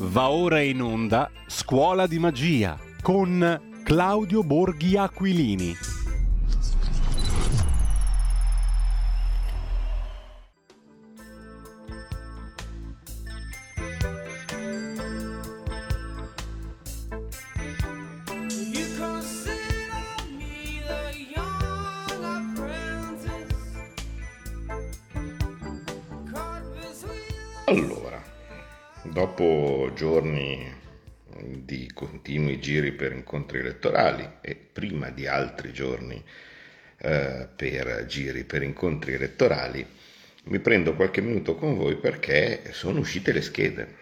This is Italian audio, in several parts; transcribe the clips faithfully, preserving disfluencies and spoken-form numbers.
Va ora in onda Scuola di Magia con Claudio Borghi Aquilini. Allora, dopo giorni di continui giri per incontri elettorali e prima di altri giorni eh, per giri per incontri elettorali, mi prendo qualche minuto con voi perché sono uscite le schede.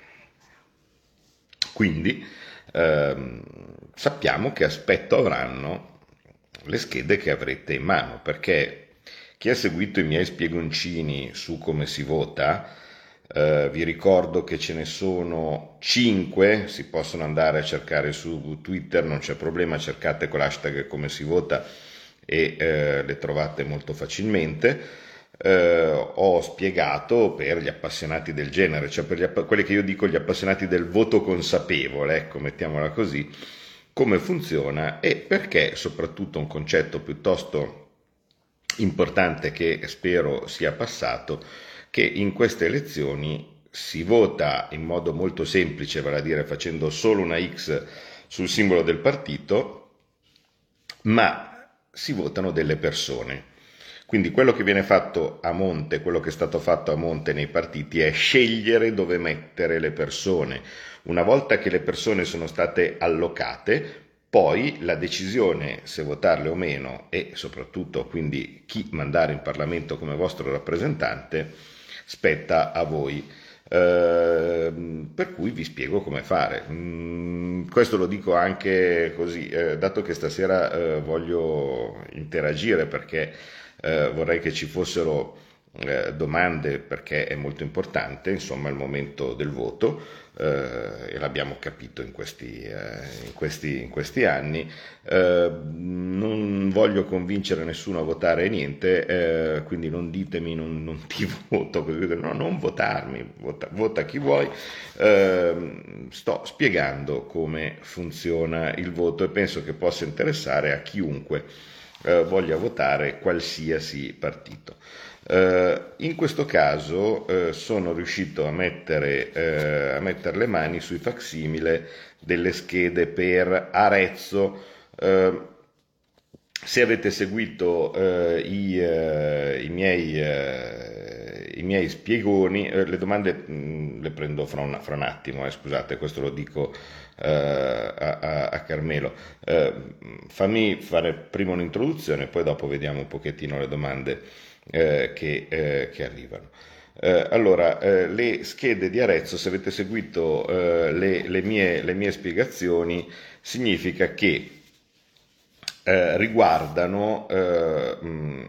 Quindi ehm, sappiamo che aspetto avranno le schede che avrete in mano, perché chi ha seguito i miei spiegoncini su come si vota, Uh, vi ricordo che ce ne sono cinque, si possono andare a cercare su Twitter, non c'è problema, cercate con l'hashtag come si vota e uh, le trovate molto facilmente. Uh, ho spiegato per gli appassionati del genere, cioè per gli app- quelli che io dico gli appassionati del voto consapevole, ecco, mettiamola così, come funziona e perché soprattutto un concetto piuttosto importante che spero sia passato, che in queste elezioni si vota in modo molto semplice, vale a dire facendo solo una X sul simbolo del partito, ma si votano delle persone. Quindi quello che viene fatto a monte, quello che è stato fatto a monte nei partiti è scegliere dove mettere le persone. Una volta che le persone sono state allocate, poi la decisione se votarle o meno e soprattutto quindi chi mandare in Parlamento come vostro rappresentante spetta a voi, eh, per cui vi spiego come fare. Mm, questo lo dico anche così, eh, dato che stasera eh, voglio interagire perché eh, vorrei che ci fossero eh, domande, perché è molto importante, insomma, il momento del voto, eh, e l'abbiamo capito in questi, eh, in questi, in questi anni. Eh, non voglio convincere nessuno a votare niente, eh, quindi non ditemi non, non ti voto, no, non votarmi, vota, vota chi vuoi. Eh, sto spiegando come funziona il voto e penso che possa interessare a chiunque eh, voglia votare qualsiasi partito. Uh, in questo caso uh, sono riuscito a mettere, uh, a mettere le mani sui facsimile delle schede per Arezzo. Uh, se avete seguito uh, i, uh, i, miei, uh, i miei spiegoni, uh, le domande mh, le prendo fra, una, fra un attimo, eh, scusate, questo lo dico uh, a, a, a Carmelo. Uh, fammi fare prima un'introduzione, poi dopo vediamo un pochettino le domande Eh, che, eh, che arrivano. Eh, allora, eh, le schede di Arezzo, se avete seguito eh, le, le, mie, le mie spiegazioni, significa che eh, riguardano eh, mh,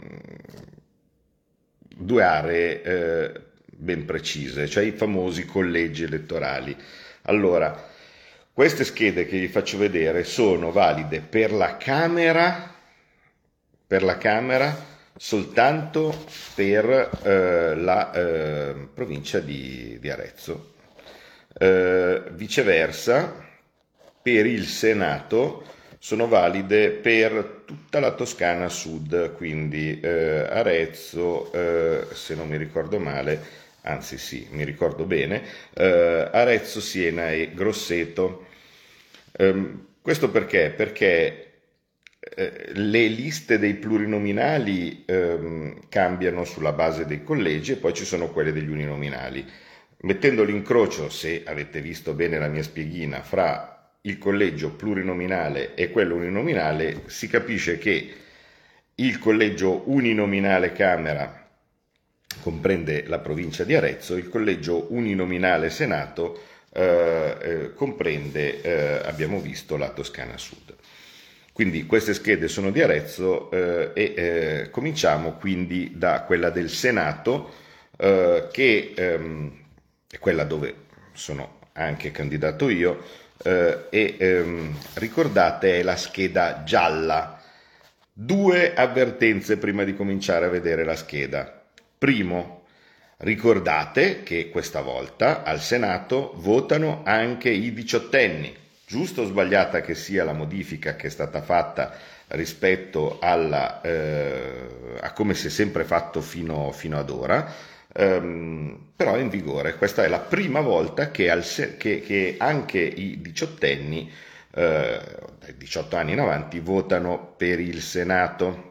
due aree eh, ben precise, cioè i famosi collegi elettorali. Allora, queste schede che vi faccio vedere sono valide per la Camera, per la Camera soltanto per eh, la eh, provincia di, di Arezzo. Eh, viceversa, per il Senato sono valide per tutta la Toscana Sud, quindi eh, Arezzo, eh, se non mi ricordo male, anzi sì, mi ricordo bene, eh, Arezzo, Siena e Grosseto. Eh, questo perché? Perché le liste dei plurinominali ehm, cambiano sulla base dei collegi e poi ci sono quelle degli uninominali. Mettendo l'incrocio, se avete visto bene la mia spieghina, fra il collegio plurinominale e quello uninominale, si capisce che il collegio uninominale Camera comprende la provincia di Arezzo, il collegio uninominale Senato eh, eh, comprende, eh, abbiamo visto, la Toscana Sud. Quindi queste schede sono di Arezzo eh, e eh, cominciamo quindi da quella del Senato, eh, che ehm, è quella dove sono anche candidato io, eh, e ehm, ricordate è la scheda gialla. Due avvertenze prima di cominciare a vedere la scheda. Primo, Ricordate che questa volta al Senato votano anche i diciottenni, giusto o sbagliata che sia la modifica che è stata fatta rispetto alla, eh, a come si è sempre fatto fino, fino ad ora, ehm, però è in vigore. Questa è la prima volta che, al, che, che anche i diciottenni, eh, dai diciotto anni in avanti, votano per il Senato.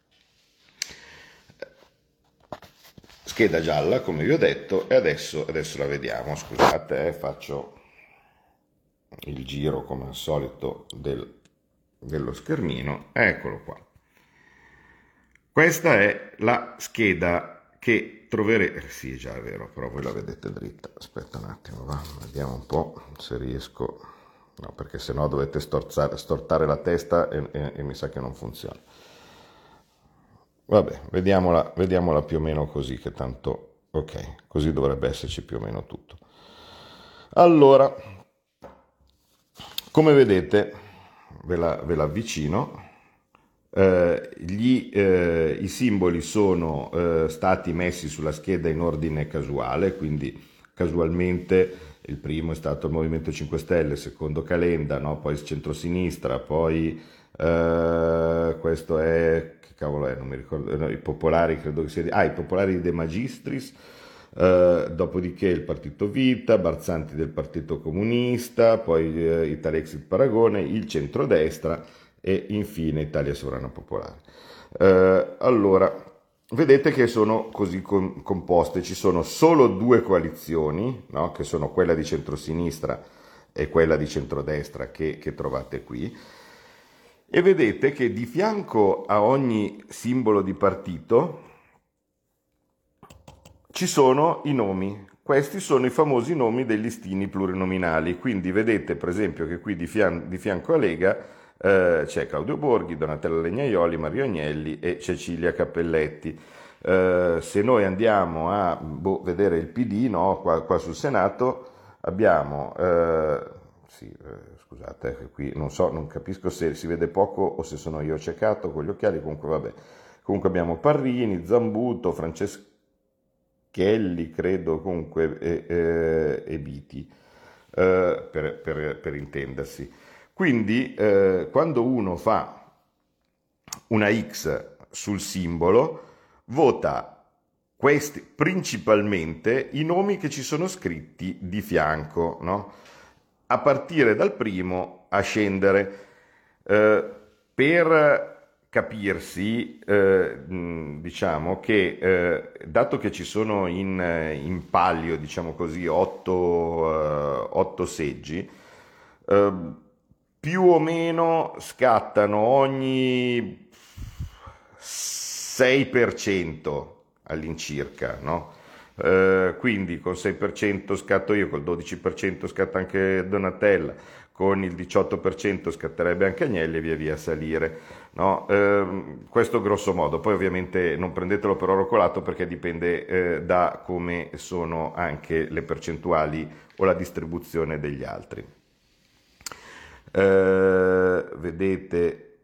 Scheda gialla, come vi ho detto, e adesso, adesso la vediamo. Scusate, eh, faccio il giro come al solito del, dello schermino. Eccolo qua. Questa è la scheda che troverete. Sì, già è vero, però voi la vedete dritta. Aspetta un attimo, va. Vediamo un po' se riesco. No, perché sennò dovete storzare, stortare la testa e, e, e mi sa che non funziona. Vabbè, vediamola, vediamola più o meno così, che tanto, ok, così dovrebbe esserci più o meno tutto. Allora, come vedete, ve la, ve la avvicino, eh, gli, eh, i simboli sono eh, stati messi sulla scheda in ordine casuale, quindi casualmente il primo è stato il Movimento cinque Stelle, il secondo Calenda, no? Poi il centrosinistra, poi eh, questo è... cavolo è, non mi ricordo, no, i popolari credo che sia, ah, i popolari De Magistris, eh, dopodiché il Partito Vita, Barzanti del Partito Comunista, poi eh, Italexit Paragone, il centrodestra e infine Italia Sovrana Popolare. Eh, allora, vedete che sono così com- composte, ci sono solo due coalizioni, no? Che sono quella di centrosinistra e quella di centrodestra che, che trovate qui. E vedete che di fianco a ogni simbolo di partito ci sono i nomi. Questi sono i famosi nomi dei listini plurinominali. Quindi vedete per esempio che qui di, fian- di fianco a Lega eh, c'è Claudio Borghi, Donatella Legnaioli, Mario Agnelli e Cecilia Cappelletti. Eh, se noi andiamo a boh, vedere il P D, no? qua, qua sul Senato abbiamo... Eh, sì, eh, scusate, qui non so, non capisco se si vede poco o se sono io ciecato con gli occhiali, comunque vabbè. Comunque abbiamo Parrini, Zambuto, Franceschelli, credo, comunque, e, e, e Biti, eh, per, per, per intendersi. Quindi, eh, quando uno fa una X sul simbolo, vota questi, principalmente i nomi che ci sono scritti di fianco, no? A partire dal primo a scendere. Eh, per capirsi, eh, diciamo che eh, dato che ci sono in, in palio, diciamo così, otto, eh, otto seggi, eh, più o meno scattano ogni sei per cento all'incirca, no? Uh, quindi con sei per cento scatto io, col dodici per cento scatta anche Donatella, con il diciotto per cento scatterebbe anche Agnelli e via via a salire, no? Uh, questo grosso modo, poi ovviamente non prendetelo per oro colato perché dipende uh, da come sono anche le percentuali o la distribuzione degli altri. Uh, vedete...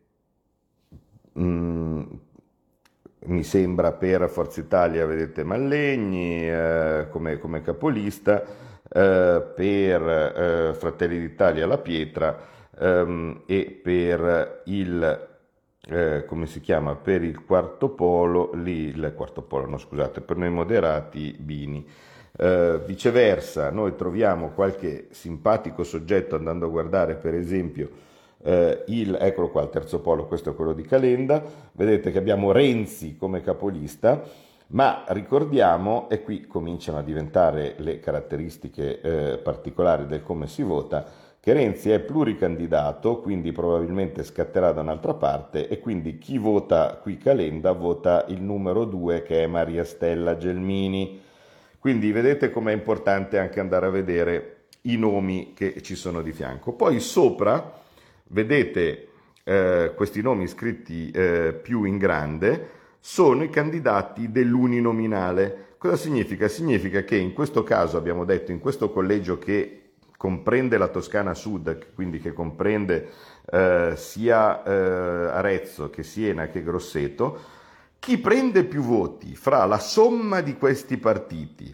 Mm, mi sembra per Forza Italia, vedete Mallegni eh, come, come capolista, eh, per eh, Fratelli d'Italia La Pietra ehm, e per il, eh, come si chiama, per il quarto polo, lì, il quarto polo, no scusate, per noi moderati Bini. Eh, viceversa, noi troviamo qualche simpatico soggetto andando a guardare per esempio Uh, il, eccolo qua il terzo polo, questo è quello di Calenda, vedete che abbiamo Renzi come capolista, ma ricordiamo, e qui cominciano a diventare le caratteristiche eh, particolari del come si vota, che Renzi è pluricandidato, quindi probabilmente scatterà da un'altra parte e quindi chi vota qui Calenda vota il numero due che è Maria Stella Gelmini. Quindi vedete com'è importante anche andare a vedere i nomi che ci sono di fianco. Poi sopra vedete eh, questi nomi scritti eh, più in grande, sono i candidati dell'uninominale. Cosa significa? Significa che in questo caso abbiamo detto, in questo collegio che comprende la Toscana Sud, quindi che comprende eh, sia eh, Arezzo che Siena che Grosseto, Chi prende più voti fra la somma di questi partiti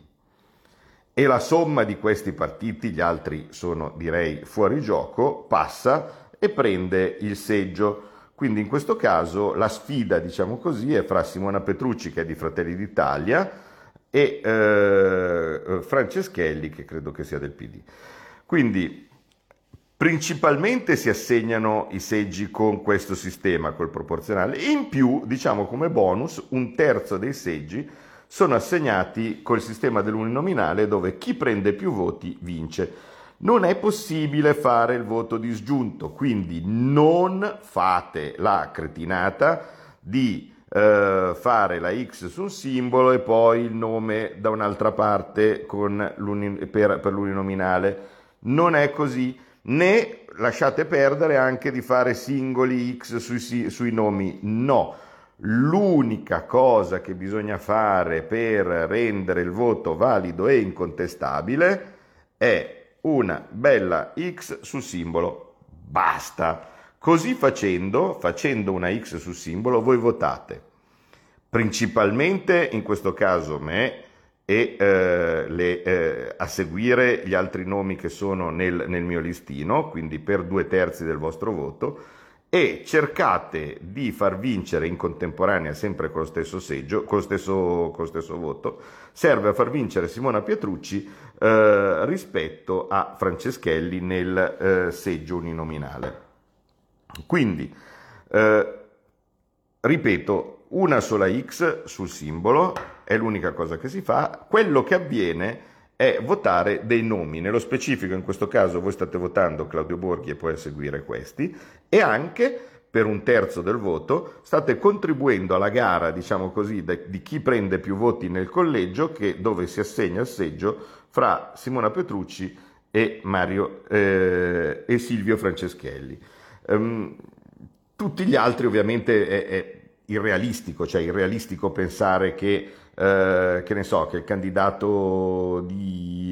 e la somma di questi partiti, gli altri sono direi fuori gioco, passa e prende il seggio. Quindi in questo caso la sfida, diciamo così, è fra Simona Petrucci, che è di Fratelli d'Italia, e eh, Franceschelli, che credo che sia del P D. Quindi principalmente si assegnano i seggi con questo sistema, col proporzionale. In più, diciamo come bonus, un terzo dei seggi sono assegnati col sistema dell'uninominale, dove chi prende più voti vince. Non è possibile fare il voto disgiunto, quindi non fate la cretinata di eh, fare la X su un simbolo e poi il nome da un'altra parte con per, per l'uninominale. Non è così. Né lasciate perdere anche di fare singoli X sui, sui nomi. No. L'unica cosa che bisogna fare per rendere il voto valido e incontestabile è una bella X sul simbolo, basta. Così facendo, facendo una X sul simbolo, voi votate principalmente, in questo caso me, e eh, le, eh, a seguire gli altri nomi che sono nel, nel mio listino, quindi per due terzi del vostro voto, e cercate di far vincere in contemporanea, sempre con lo stesso seggio, con lo stesso, con lo stesso voto, serve a far vincere Simona Petrucci eh, rispetto a Franceschelli nel eh, seggio uninominale. Quindi, eh, ripeto, una sola X sul simbolo è l'unica cosa che si fa. Quello che avviene è votare dei nomi, nello specifico in questo caso voi state votando Claudio Borghi e poi a seguire questi, e anche per un terzo del voto state contribuendo alla gara, diciamo così, di chi prende più voti nel collegio, che, dove si assegna il seggio fra Simona Petrucci e, Mario, eh, e Silvio Franceschelli. Um, tutti gli altri ovviamente è, è irrealistico, cioè irrealistico pensare che Eh, che ne so, che il candidato di,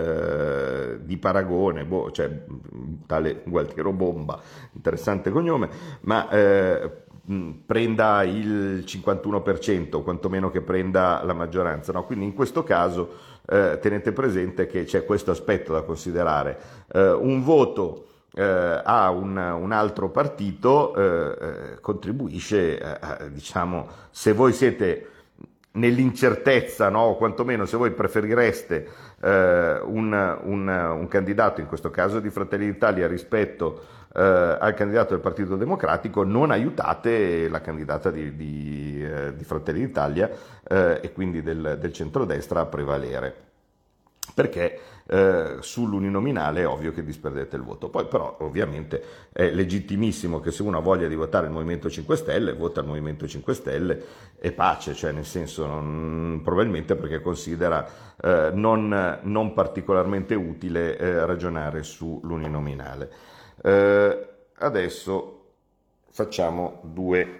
eh, di Paragone, boh, cioè tale Gualtiero Bomba, interessante cognome, ma eh, prenda il cinquantuno per cento, quantomeno che prenda la maggioranza, no? Quindi in questo caso eh, tenete presente che c'è questo aspetto da considerare. Eh, un voto eh, a un, un altro partito eh, contribuisce, eh, diciamo, se voi siete nell'incertezza, no? O quantomeno se voi preferireste eh, un, un, un candidato, in questo caso di Fratelli d'Italia, rispetto eh, al candidato del Partito Democratico, non aiutate la candidata di, di, eh, di Fratelli d'Italia eh, e quindi del, del centrodestra a prevalere, perché eh, sull'uninominale è ovvio che disperdete il voto. Poi però ovviamente è legittimissimo che se uno ha voglia di votare il Movimento cinque Stelle, vota il Movimento cinque Stelle e pace, cioè nel senso non, probabilmente perché considera eh, non, non particolarmente utile eh, ragionare sull'uninominale. Eh, adesso facciamo due,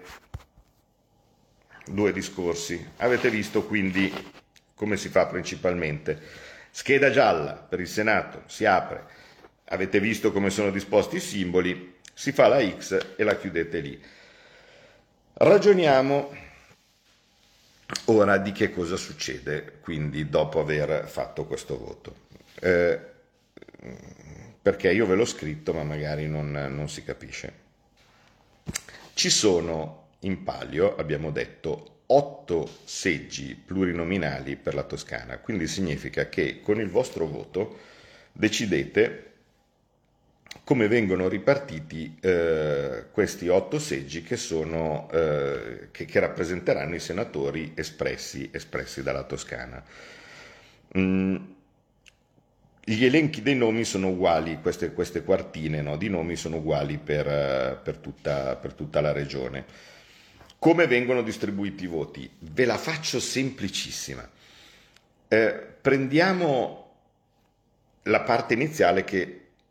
due discorsi. Avete visto quindi come si fa principalmente. Scheda gialla per il Senato, si apre, avete visto come sono disposti i simboli, si fa la X e la chiudete lì. Ragioniamo ora di che cosa succede, quindi dopo aver fatto questo voto. Eh, perché io ve l'ho scritto ma magari non, non si capisce. Ci sono in palio, abbiamo detto, otto seggi plurinominali per la Toscana, quindi significa che con il vostro voto decidete come vengono ripartiti eh, questi otto seggi che, sono, eh, che, che rappresenteranno i senatori espressi, espressi dalla Toscana. Mm. Gli elenchi dei nomi sono uguali, queste, queste quartine, no, di nomi sono uguali per, per, tutta, per tutta la regione. Come vengono distribuiti i voti? Ve la faccio semplicissima. Eh, prendiamo la parte iniziale che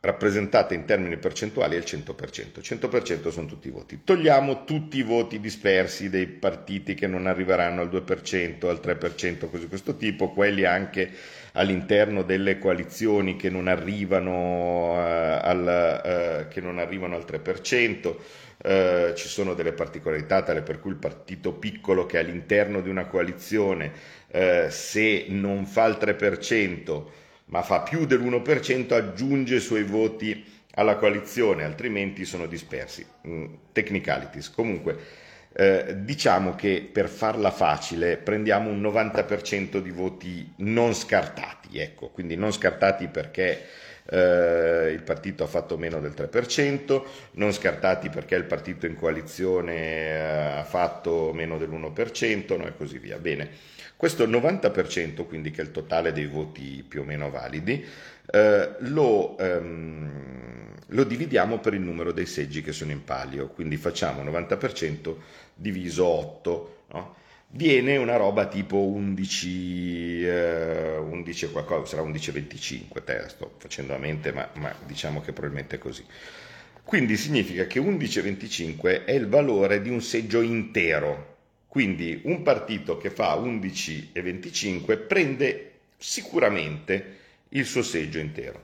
rappresentata in termini percentuali è il cento per cento. Il cento per cento sono tutti i voti. Togliamo tutti i voti dispersi dei partiti che non arriveranno al due per cento, al tre per cento, così di questo tipo, quelli anche all'interno delle coalizioni che non arrivano, uh, al, uh, che non arrivano al tre per cento. Uh, ci sono delle particolarità tale per cui il partito piccolo che è all'interno di una coalizione, uh, se non fa il tre per cento ma fa più dell'uno per cento, aggiunge i suoi voti alla coalizione, altrimenti sono dispersi. Mm, technicalities. Comunque, eh, diciamo che per farla facile prendiamo un novanta per cento di voti non scartati, ecco, quindi non scartati perché eh, il partito ha fatto meno del tre per cento, non scartati perché il partito in coalizione eh, ha fatto meno dell'uno per cento, no, e così via. Bene. Questo novanta per cento, quindi che è il totale dei voti più o meno validi, eh, lo, ehm, lo dividiamo per il numero dei seggi che sono in palio, quindi facciamo novanta per cento diviso otto, no? Viene una roba tipo undici, eh, undici qualcosa, sarà undici virgola venticinque, te la sto facendo a mente, ma, ma diciamo che probabilmente è così. Quindi significa che undici virgola venticinque è il valore di un seggio intero. Quindi un partito che fa undici virgola venticinque prende sicuramente il suo seggio intero.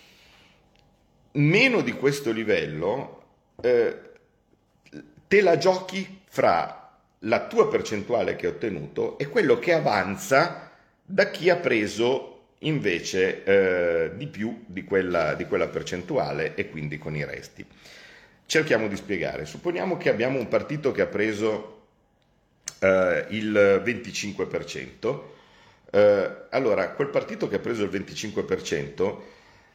Meno di questo livello eh, te la giochi fra la tua percentuale che hai ottenuto e quello che avanza da chi ha preso invece eh, di più di quella, di quella percentuale e quindi con i resti. Cerchiamo di spiegare. Supponiamo che abbiamo un partito che ha preso Uh, il venticinque per cento, uh, allora quel partito che ha preso il venticinque per cento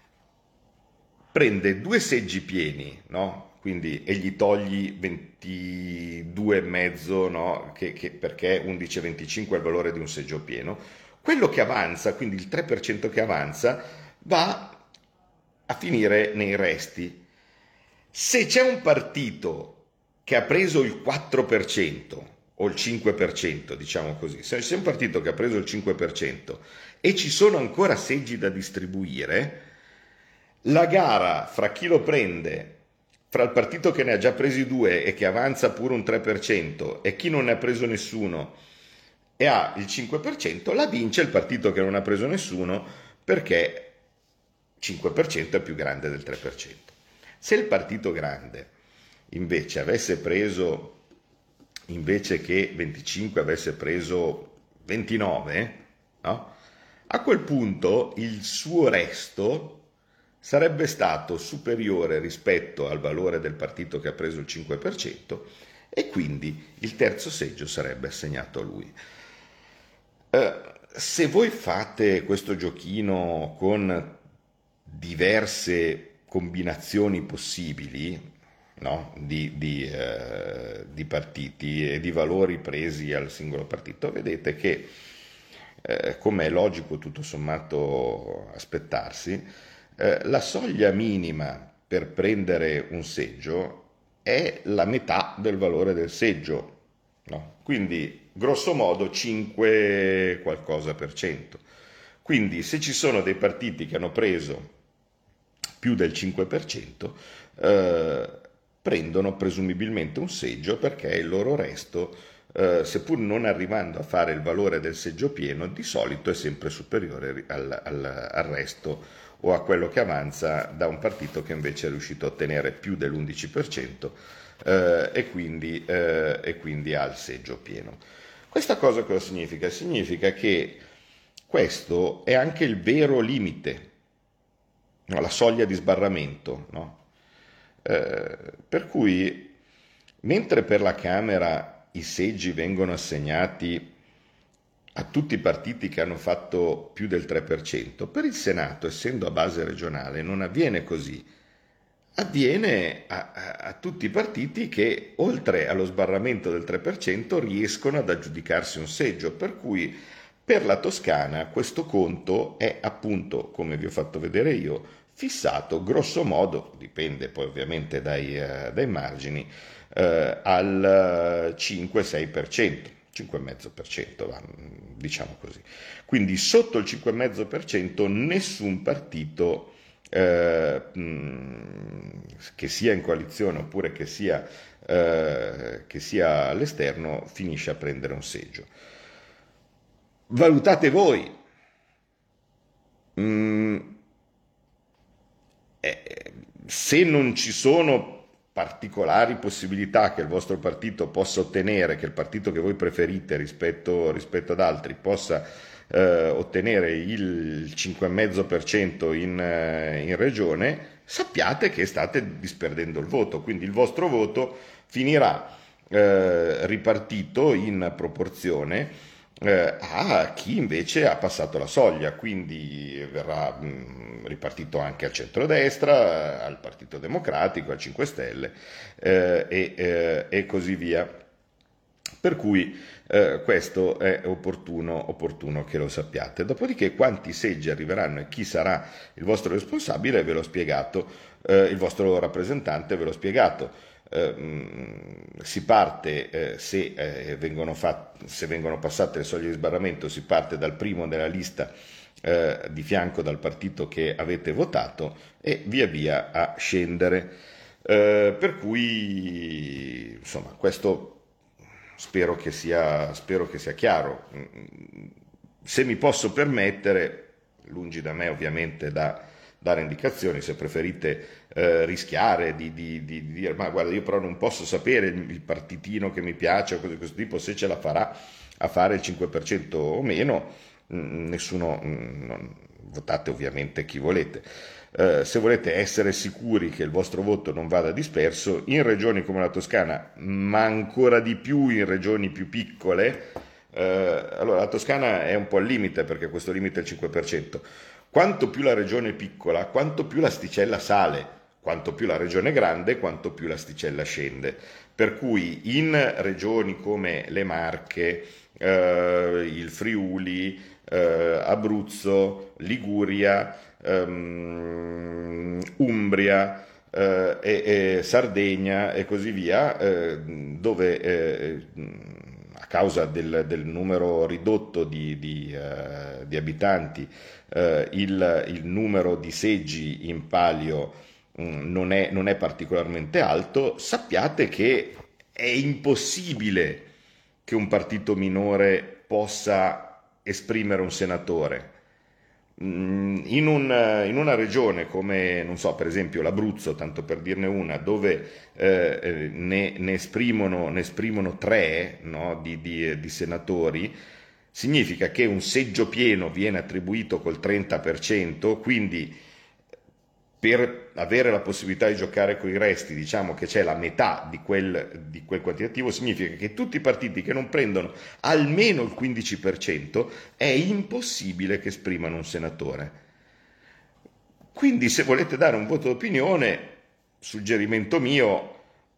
prende due seggi pieni, no? Quindi, e gli togli ventidue e mezzo, no? che, che, perché undici virgola venticinque è il valore di un seggio pieno. Quello che avanza, quindi il tre per cento che avanza, va a finire nei resti. Se c'è un partito che ha preso il quattro per cento o il cinque per cento, diciamo così, se c'è un partito che ha preso il cinque per cento e ci sono ancora seggi da distribuire, la gara fra chi lo prende, fra il partito che ne ha già presi due e che avanza pure un tre per cento e chi non ne ha preso nessuno e ha il cinque per cento, la vince il partito che non ha preso nessuno perché cinque per cento è più grande del tre per cento. Se il partito grande invece avesse preso, invece che venticinque avesse preso ventinove, no? A quel punto il suo resto sarebbe stato superiore rispetto al valore del partito che ha preso il cinque per cento e quindi il terzo seggio sarebbe assegnato a lui. Eh, se voi fate questo giochino con diverse combinazioni possibili, no? di, di, eh, di partiti e di valori presi al singolo partito, vedete che, eh, come è logico tutto sommato aspettarsi, eh, la soglia minima per prendere un seggio è la metà del valore del seggio, no? Quindi grosso modo cinque qualcosa per cento. Quindi se ci sono dei partiti che hanno preso più del cinque per cento, eh, prendono presumibilmente un seggio perché il loro resto, eh, seppur non arrivando a fare il valore del seggio pieno, di solito è sempre superiore al, al, al resto o a quello che avanza da un partito che invece è riuscito a ottenere più dell'undici per cento eh, e, quindi, eh, e quindi ha il seggio pieno. Questa cosa cosa significa? Significa che questo è anche il vero limite, no? La soglia di sbarramento, no? Eh, per cui, mentre per la Camera i seggi vengono assegnati a tutti i partiti che hanno fatto più del tre per cento, per il Senato, essendo a base regionale, non avviene così. Avviene a, a, a tutti i partiti che, oltre allo sbarramento del tre per cento, riescono ad aggiudicarsi un seggio, per cui per la Toscana questo conto è appunto, come vi ho fatto vedere io, fissato grosso modo, dipende poi ovviamente dai, uh, dai margini, uh, al cinque sei per cento, cinque virgola cinque per cento, diciamo così. Quindi sotto il cinque virgola cinque per cento nessun partito eh, mh, che sia in coalizione oppure che sia, eh, che sia all'esterno, finisce a prendere un seggio. Valutate voi. Mm, eh, se non ci sono particolari possibilità che il vostro partito possa ottenere, che il partito che voi preferite rispetto, rispetto ad altri possa eh, ottenere il cinque virgola cinque per cento in, eh, in regione, sappiate che state disperdendo il voto, quindi il vostro voto finirà eh, ripartito in proporzione eh, a chi invece ha passato la soglia, quindi verrà mh, ripartito anche al centrodestra, al Partito Democratico, al cinque Stelle eh, e, eh, e così via. Per cui eh, questo è opportuno, opportuno che lo sappiate. Dopodiché quanti seggi arriveranno e chi sarà il vostro responsabile ve l'ho spiegato, eh, il vostro rappresentante ve l'ho spiegato. Uh, si parte uh, se, uh, vengono fat- se vengono passate le soglie di sbarramento, si parte dal primo della lista uh, di fianco dal partito che avete votato e via via a scendere, uh, per cui insomma questo spero che sia, spero che sia chiaro. Se mi posso permettere, lungi da me ovviamente da dare indicazioni, se preferite eh, rischiare di, di, di, di dire ma guarda io però non posso sapere il, il partitino che mi piace o cose di questo tipo se ce la farà a fare il cinque per cento o meno, mh, nessuno, mh, non, votate ovviamente chi volete. Uh, se volete essere sicuri che il vostro voto non vada disperso, in regioni come la Toscana, ma ancora di più in regioni più piccole, uh, allora la Toscana è un po' al limite perché questo limite è il cinque per cento. Quanto più la regione è piccola, quanto più l'asticella sale, quanto più la regione è grande, quanto più l'asticella scende. Per cui in regioni come le Marche, eh, il Friuli, eh, Abruzzo, Liguria, ehm, Umbria eh, e, e Sardegna e così via, eh, dove eh, a causa del, del numero ridotto di, di, uh, di abitanti uh, il, il numero di seggi in palio um, non, è, non è particolarmente alto, sappiate che è impossibile che un partito minore possa esprimere un senatore. In, un, in una regione come, non so, per esempio l'Abruzzo, tanto per dirne una, dove eh, ne, ne, esprimono, ne esprimono tre, no, di, di, di senatori, significa che un seggio pieno viene attribuito col trenta per cento, quindi per avere la possibilità di giocare con i resti, diciamo che c'è la metà di quel, di quel quantitativo, significa che tutti i partiti che non prendono almeno il quindici per cento è impossibile che esprimano un senatore. Quindi se volete dare un voto d'opinione, suggerimento mio,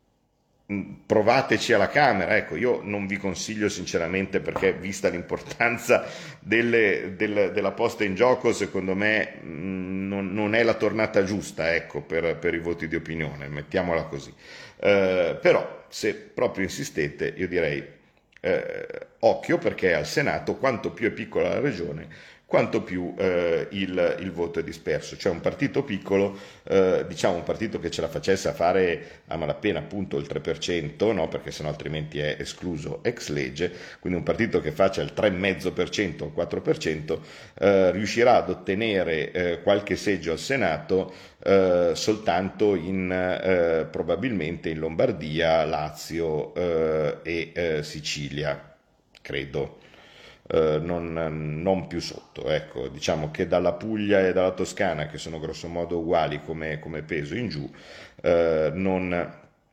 provateci alla Camera. Ecco, io non vi consiglio sinceramente perché vista l'importanza delle, del, della posta in gioco, secondo me mh, non, non è la tornata giusta, ecco, per, per i voti di opinione, mettiamola così. Eh, però se proprio insistete io direi eh, occhio, perché al Senato quanto più è piccola la regione quanto più eh, il, il voto è disperso. Cioè un partito piccolo, eh, diciamo un partito che ce la facesse a fare a malapena appunto il tre per cento, no? Perché sennò altrimenti è escluso ex legge, quindi un partito che faccia il tre virgola cinque per cento o il quattro per cento eh, riuscirà ad ottenere eh, qualche seggio al Senato eh, soltanto in eh, probabilmente in Lombardia, Lazio eh, e eh, Sicilia, credo. Uh, non, non più sotto, ecco, diciamo che dalla Puglia e dalla Toscana, che sono grosso modo uguali come, come peso in giù, uh, non,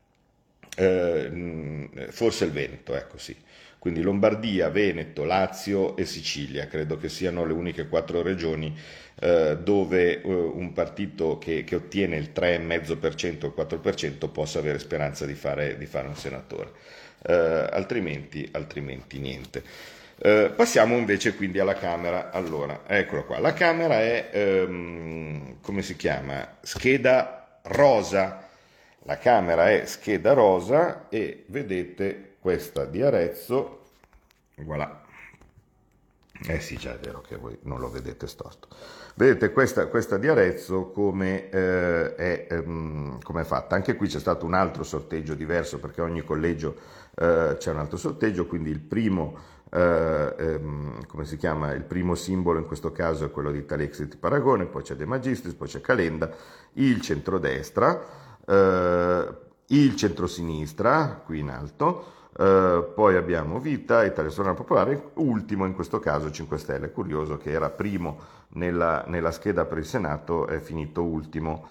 uh, forse il Veneto, ecco sì, quindi Lombardia, Veneto, Lazio e Sicilia, credo che siano le uniche quattro regioni dove un partito che, che ottiene il tre virgola cinque per cento o il quattro per cento possa avere speranza di fare, di fare un senatore, altrimenti, altrimenti niente. Uh, passiamo invece quindi alla Camera. Allora, eccolo qua. La Camera è, um, come si chiama? Scheda rosa. La Camera è scheda rosa e vedete questa di Arezzo, voilà, Eh sì, già è vero che voi non lo vedete storto. Vedete questa, questa di Arezzo come, eh, è, ehm, come è fatta. Anche qui c'è stato un altro sorteggio diverso perché ogni collegio eh, c'è un altro sorteggio, quindi il primo, eh, ehm, come si chiama, il primo simbolo in questo caso è quello di Italexit di Paragone, poi c'è De Magistris, poi c'è Calenda, il centrodestra, eh, il centrosinistra, qui in alto. Uh, poi abbiamo Vita, Italia Sovrana Popolare, ultimo in questo caso cinque Stelle, curioso che era primo nella, nella scheda per il Senato, è finito ultimo.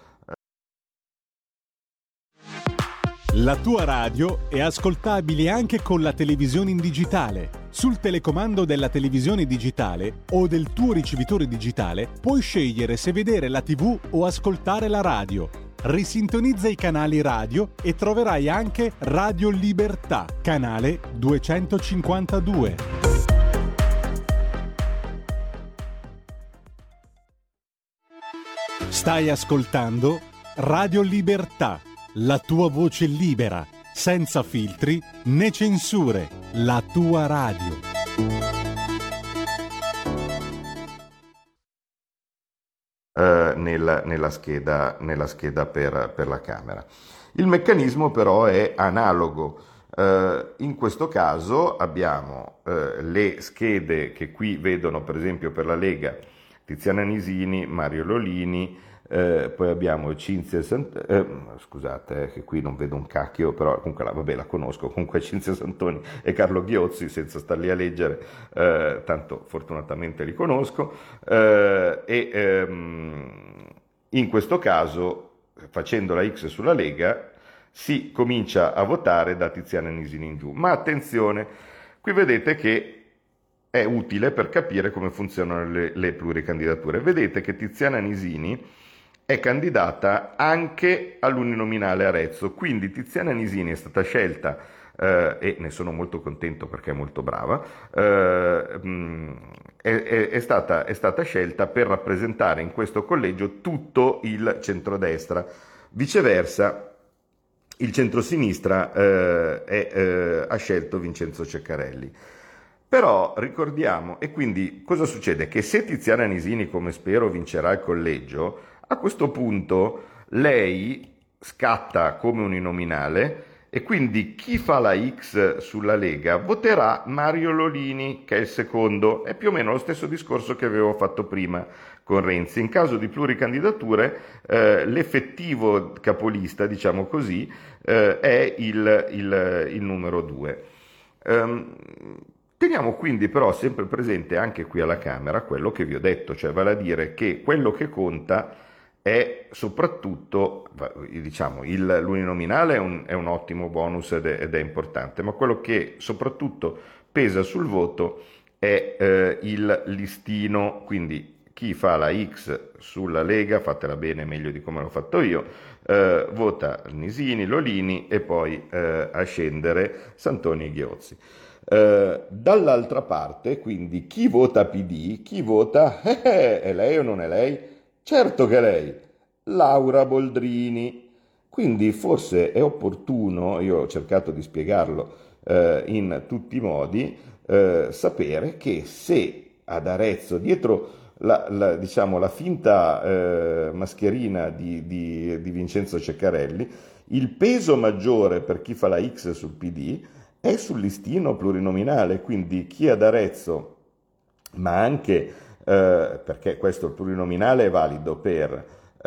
La tua radio è ascoltabile anche con la televisione in digitale. Sul telecomando della televisione digitale o del tuo ricevitore digitale puoi scegliere se vedere la tivù o ascoltare la radio. Risintonizza i canali radio e troverai anche Radio Libertà, canale duecentocinquantadue. Stai ascoltando Radio Libertà, la tua voce libera, senza filtri né censure, la tua radio. Uh, nella, nella scheda, nella scheda per, per la Camera. Il meccanismo però è analogo. Uh, in questo caso abbiamo uh, le schede che qui vedono per esempio per la Lega Tiziana Nisini, Mario Lolini, uh, poi abbiamo Cinzia Sant- eh, scusate eh, che qui non vedo un cacchio, però comunque la, vabbè, la conosco, comunque Cinzia Santoni e Carlo Ghiozzi, senza starli a leggere, uh, tanto fortunatamente li conosco, uh, e um, in questo caso facendo la X sulla Lega si comincia a votare da Tiziana Nisini in giù, ma attenzione, qui vedete che è utile per capire come funzionano le, le pluricandidature. Vedete che Tiziana Nisini è candidata anche all'uninominale Arezzo, quindi Tiziana Nisini è stata scelta, eh, e ne sono molto contento perché è molto brava, eh, mh, è, è, è, stata, è stata scelta per rappresentare in questo collegio tutto il centrodestra. Viceversa, il centrosinistra eh, è, eh, ha scelto Vincenzo Ceccarelli. Però ricordiamo, e quindi cosa succede? Che se Tiziana Nisini, come spero, vincerà il collegio, a questo punto lei scatta come uninominale e quindi chi fa la X sulla Lega voterà Mario Lolini, che è il secondo. È più o meno lo stesso discorso che avevo fatto prima con Renzi. In caso di pluricandidature eh, l'effettivo capolista, diciamo così, eh, è il, il, il numero due. Um, Teniamo quindi però sempre presente anche qui alla Camera quello che vi ho detto, cioè vale a dire che quello che conta è soprattutto, diciamo, il, l'uninominale è un, è un ottimo bonus ed è, ed è importante, ma quello che soprattutto pesa sul voto è eh, il listino, quindi chi fa la X sulla Lega, fatela bene meglio di come l'ho fatto io, eh, vota Nisini, Lolini e poi eh, a scendere Santoni e Ghiozzi. Uh, dall'altra parte, quindi, chi vota P D, chi vota, eh, eh, è lei o non è lei? Certo che è lei, Laura Boldrini. Quindi forse è opportuno, io ho cercato di spiegarlo uh, in tutti i modi, uh, sapere che se ad Arezzo, dietro la, la, diciamo, la finta uh, mascherina di, di, di Vincenzo Ceccarelli, il peso maggiore per chi fa la X sul P D è sul listino plurinominale, quindi chi ad Arezzo, ma anche eh, perché questo plurinominale è valido per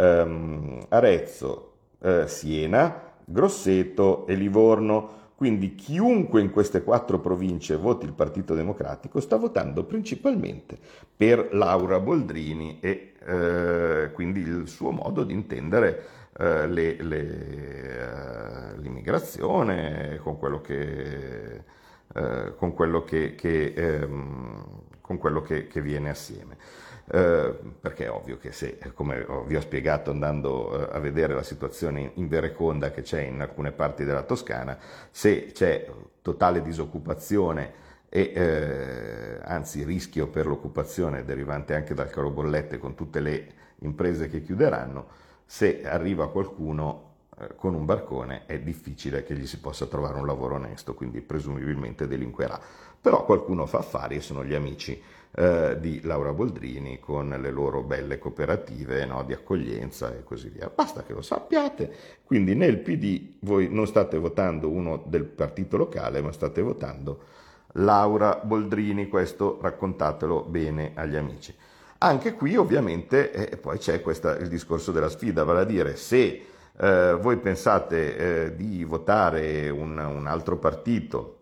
ehm, Arezzo, eh, Siena, Grosseto e Livorno, quindi chiunque in queste quattro province voti il Partito Democratico sta votando principalmente per Laura Boldrini e eh, quindi il suo modo di intendere Uh, le, le, uh, l'immigrazione con quello che, uh, con quello che, che, um, con quello che, che viene assieme. Uh, perché è ovvio che se, come vi ho spiegato andando uh, a vedere la situazione in Vereconda che c'è in alcune parti della Toscana, se c'è totale disoccupazione e eh, anzi rischio per l'occupazione derivante anche dal caro bollette con tutte le imprese che chiuderanno, se arriva qualcuno eh, con un barcone è difficile che gli si possa trovare un lavoro onesto, quindi presumibilmente delinquerà. Però qualcuno fa affari e sono gli amici eh, di Laura Boldrini con le loro belle cooperative, no, di accoglienza e così via. Basta che lo sappiate. Quindi nel P D voi non state votando uno del partito locale, ma state votando Laura Boldrini. Questo raccontatelo bene agli amici. Anche qui ovviamente eh, poi c'è questa, il discorso della sfida, vale a dire se eh, voi pensate eh, di votare un, un altro partito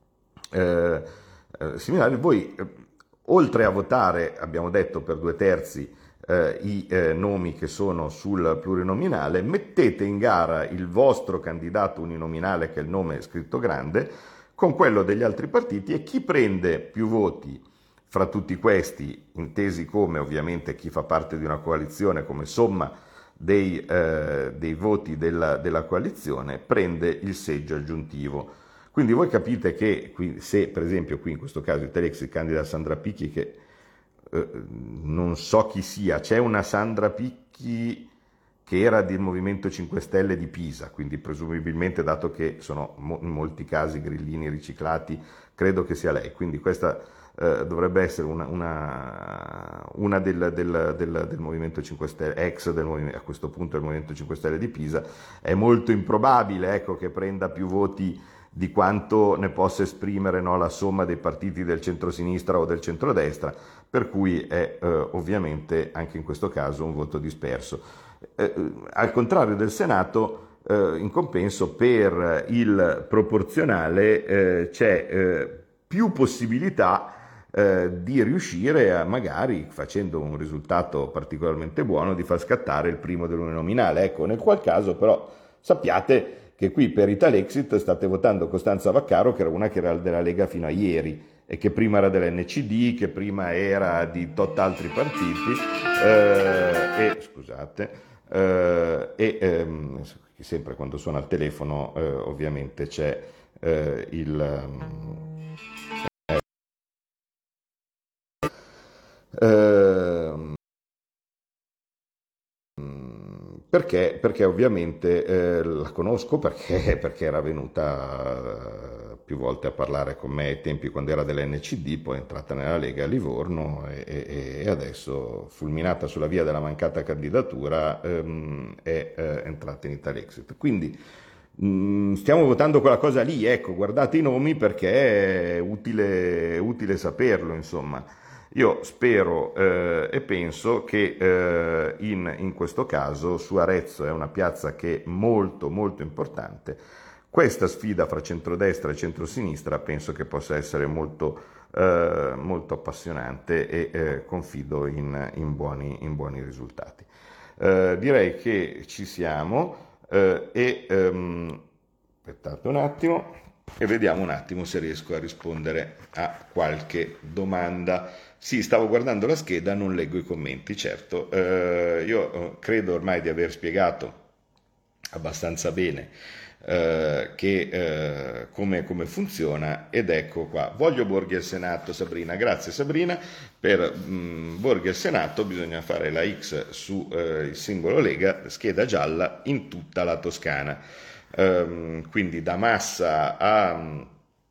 eh, eh, similare, voi eh, oltre a votare, abbiamo detto per due terzi, eh, i eh, nomi che sono sul plurinominale, mettete in gara il vostro candidato uninominale, che è il nome scritto grande, con quello degli altri partiti, e chi prende più voti fra tutti questi, intesi come ovviamente chi fa parte di una coalizione come somma dei, eh, dei voti della, della coalizione, prende il seggio aggiuntivo. Quindi voi capite che qui, se per esempio qui in questo caso Italexit candida Sandra Picchi, che eh, non so chi sia, c'è una Sandra Picchi che era del Movimento cinque Stelle di Pisa, quindi presumibilmente, dato che sono mo- in molti casi grillini riciclati, credo che sia lei, quindi questa eh, dovrebbe essere una, una, una del, del, del, del Movimento cinque Stelle, ex del movimento, a questo punto del Movimento cinque Stelle di Pisa. È molto improbabile, ecco, che prenda più voti di quanto ne possa esprimere, no, la somma dei partiti del centrosinistra o del centrodestra, per cui è eh, ovviamente anche in questo caso un voto disperso. Eh, al contrario del Senato, eh, in compenso per il proporzionale eh, c'è eh, più possibilità eh, di riuscire a, magari facendo un risultato particolarmente buono, di far scattare il primo dell'uninominale. Ecco, nel qual caso però sappiate che qui per Italexit state votando Costanza Vaccaro, che era una che era della Lega fino a ieri e che prima era dell'N C D, che prima era di tot altri partiti, eh, e scusate, eh, e ehm, sempre quando suona il telefono eh, ovviamente c'è eh, il... Eh, Perché, perché ovviamente eh, la conosco perché, perché era venuta eh, più volte a parlare con me ai tempi quando era dell'N C D, poi è entrata nella Lega a Livorno e, e, e adesso, fulminata sulla via della mancata candidatura, ehm, è eh, entrata in Italexit. Quindi mh, stiamo votando quella cosa lì, ecco, guardate i nomi perché è utile, utile saperlo, insomma. Io spero eh, e penso che eh, in, in questo caso su Arezzo è una piazza che è molto molto importante. Questa sfida fra centrodestra e centrosinistra penso che possa essere molto, eh, molto appassionante e eh, confido in, in, buoni, in buoni risultati. Eh, direi che ci siamo eh, e ehm, aspettate un attimo e vediamo un attimo se riesco a rispondere a qualche domanda. Sì, stavo guardando la scheda, non leggo i commenti, certo. Eh, io credo ormai di aver spiegato abbastanza bene eh, che, eh, come, come funziona, ed ecco qua. Voglio Borghi al Senato, Sabrina. Grazie Sabrina. Per mh, Borghi al Senato bisogna fare la X su eh, il simbolo Lega, scheda gialla in tutta la Toscana. Um, quindi da Massa a,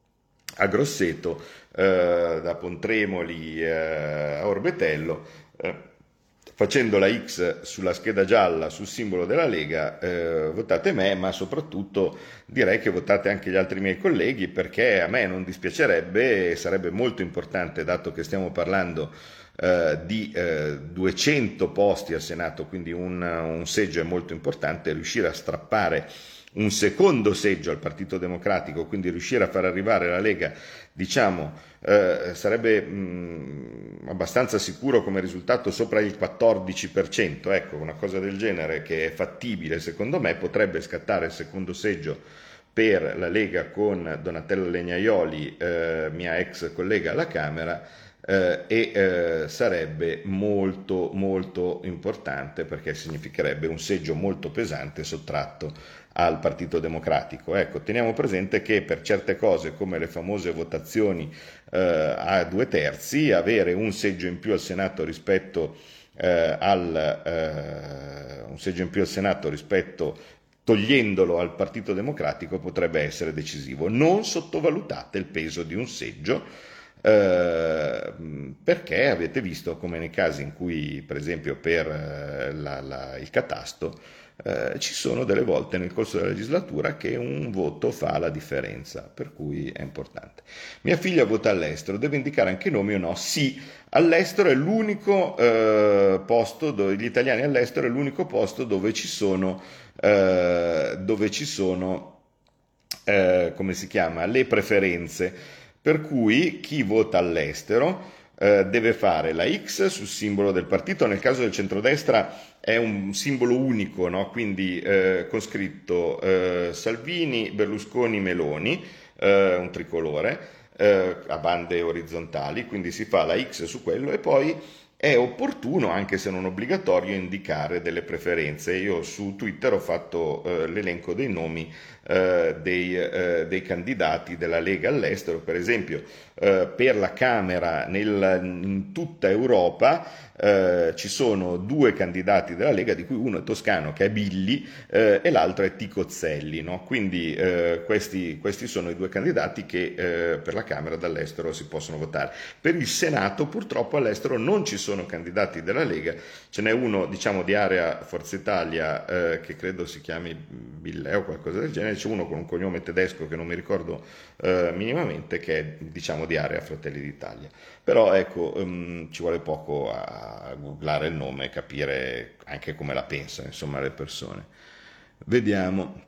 a Grosseto, uh, da Pontremoli uh, a Orbetello, uh, facendo la X sulla scheda gialla sul simbolo della Lega, uh, votate me, ma soprattutto direi che votate anche gli altri miei colleghi, perché a me non dispiacerebbe, sarebbe molto importante, dato che stiamo parlando Uh, di uh, duecento posti al Senato, quindi un, un seggio è molto importante, riuscire a strappare un secondo seggio al Partito Democratico, quindi riuscire a far arrivare la Lega, diciamo, uh, sarebbe mh, abbastanza sicuro come risultato sopra il quattordici per cento, ecco, una cosa del genere che è fattibile secondo me, potrebbe scattare il secondo seggio per la Lega con Donatella Legnaioli, uh, mia ex collega alla Camera, Uh, e uh, sarebbe molto molto importante, perché significherebbe un seggio molto pesante sottratto al Partito Democratico. Ecco, teniamo presente che per certe cose, come le famose votazioni uh, a due terzi, avere un seggio in più al Senato rispetto uh, al uh, un seggio in più al Senato rispetto togliendolo al Partito Democratico potrebbe essere decisivo. Non sottovalutate il peso di un seggio. eh, perché avete visto come nei casi in cui, per esempio, per eh, la- la- il catasto, eh, ci sono delle volte nel corso della legislatura che un voto fa la differenza, per cui è importante. Mia figlia vota all'estero, deve indicare anche nomi o no? Sì, all'estero è l'unico eh, posto, dove, gli italiani all'estero è l'unico posto dove ci sono, eh, dove ci sono eh, come si chiama, le preferenze, per cui chi vota all'estero eh, deve fare la X sul simbolo del partito, nel caso del centrodestra è un simbolo unico, no? Quindi eh, con scritto eh, Salvini, Berlusconi, Meloni, eh, un tricolore eh, a bande orizzontali, quindi si fa la X su quello e poi è opportuno, anche se non obbligatorio, indicare delle preferenze. Io su Twitter ho fatto eh, l'elenco dei nomi eh, dei, eh, dei candidati della Lega all'estero, per esempio eh, per la Camera nel, in tutta Europa eh, ci sono due candidati della Lega, di cui uno è toscano, che è Billi, eh, e l'altro è Ticozzelli, no? Quindi eh, questi, questi sono i due candidati che eh, per la Camera dall'estero si possono votare. Per il Senato purtroppo all'estero non ci sono candidati della Lega, ce n'è uno diciamo di area Forza Italia eh, che credo si chiami Billè o qualcosa del genere, c'è uno con un cognome tedesco che non mi ricordo eh, minimamente, che è diciamo di area Fratelli d'Italia. Però ecco, um, ci vuole poco a googlare il nome e capire anche come la pensano insomma le persone. Vediamo.